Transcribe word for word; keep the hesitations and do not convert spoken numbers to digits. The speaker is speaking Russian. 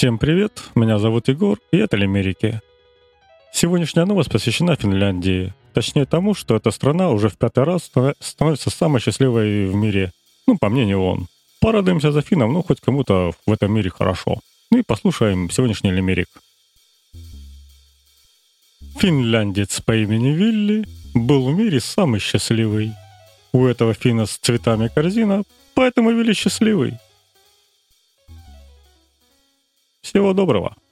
Всем привет, меня зовут Егор, и это Лимерики. Сегодняшняя новость посвящена Финляндии. Точнее тому, что эта страна уже в пятый раз становится самой счастливой в мире. Ну, по мнению ООН. Порадуемся за финнов, ну, хоть кому-то в этом мире хорошо. Ну и послушаем сегодняшний Лимерик. Финляндец по имени Вилли был в мире самый счастливый. У этого финна с цветами корзина, поэтому Вилли счастливый. Всего доброго.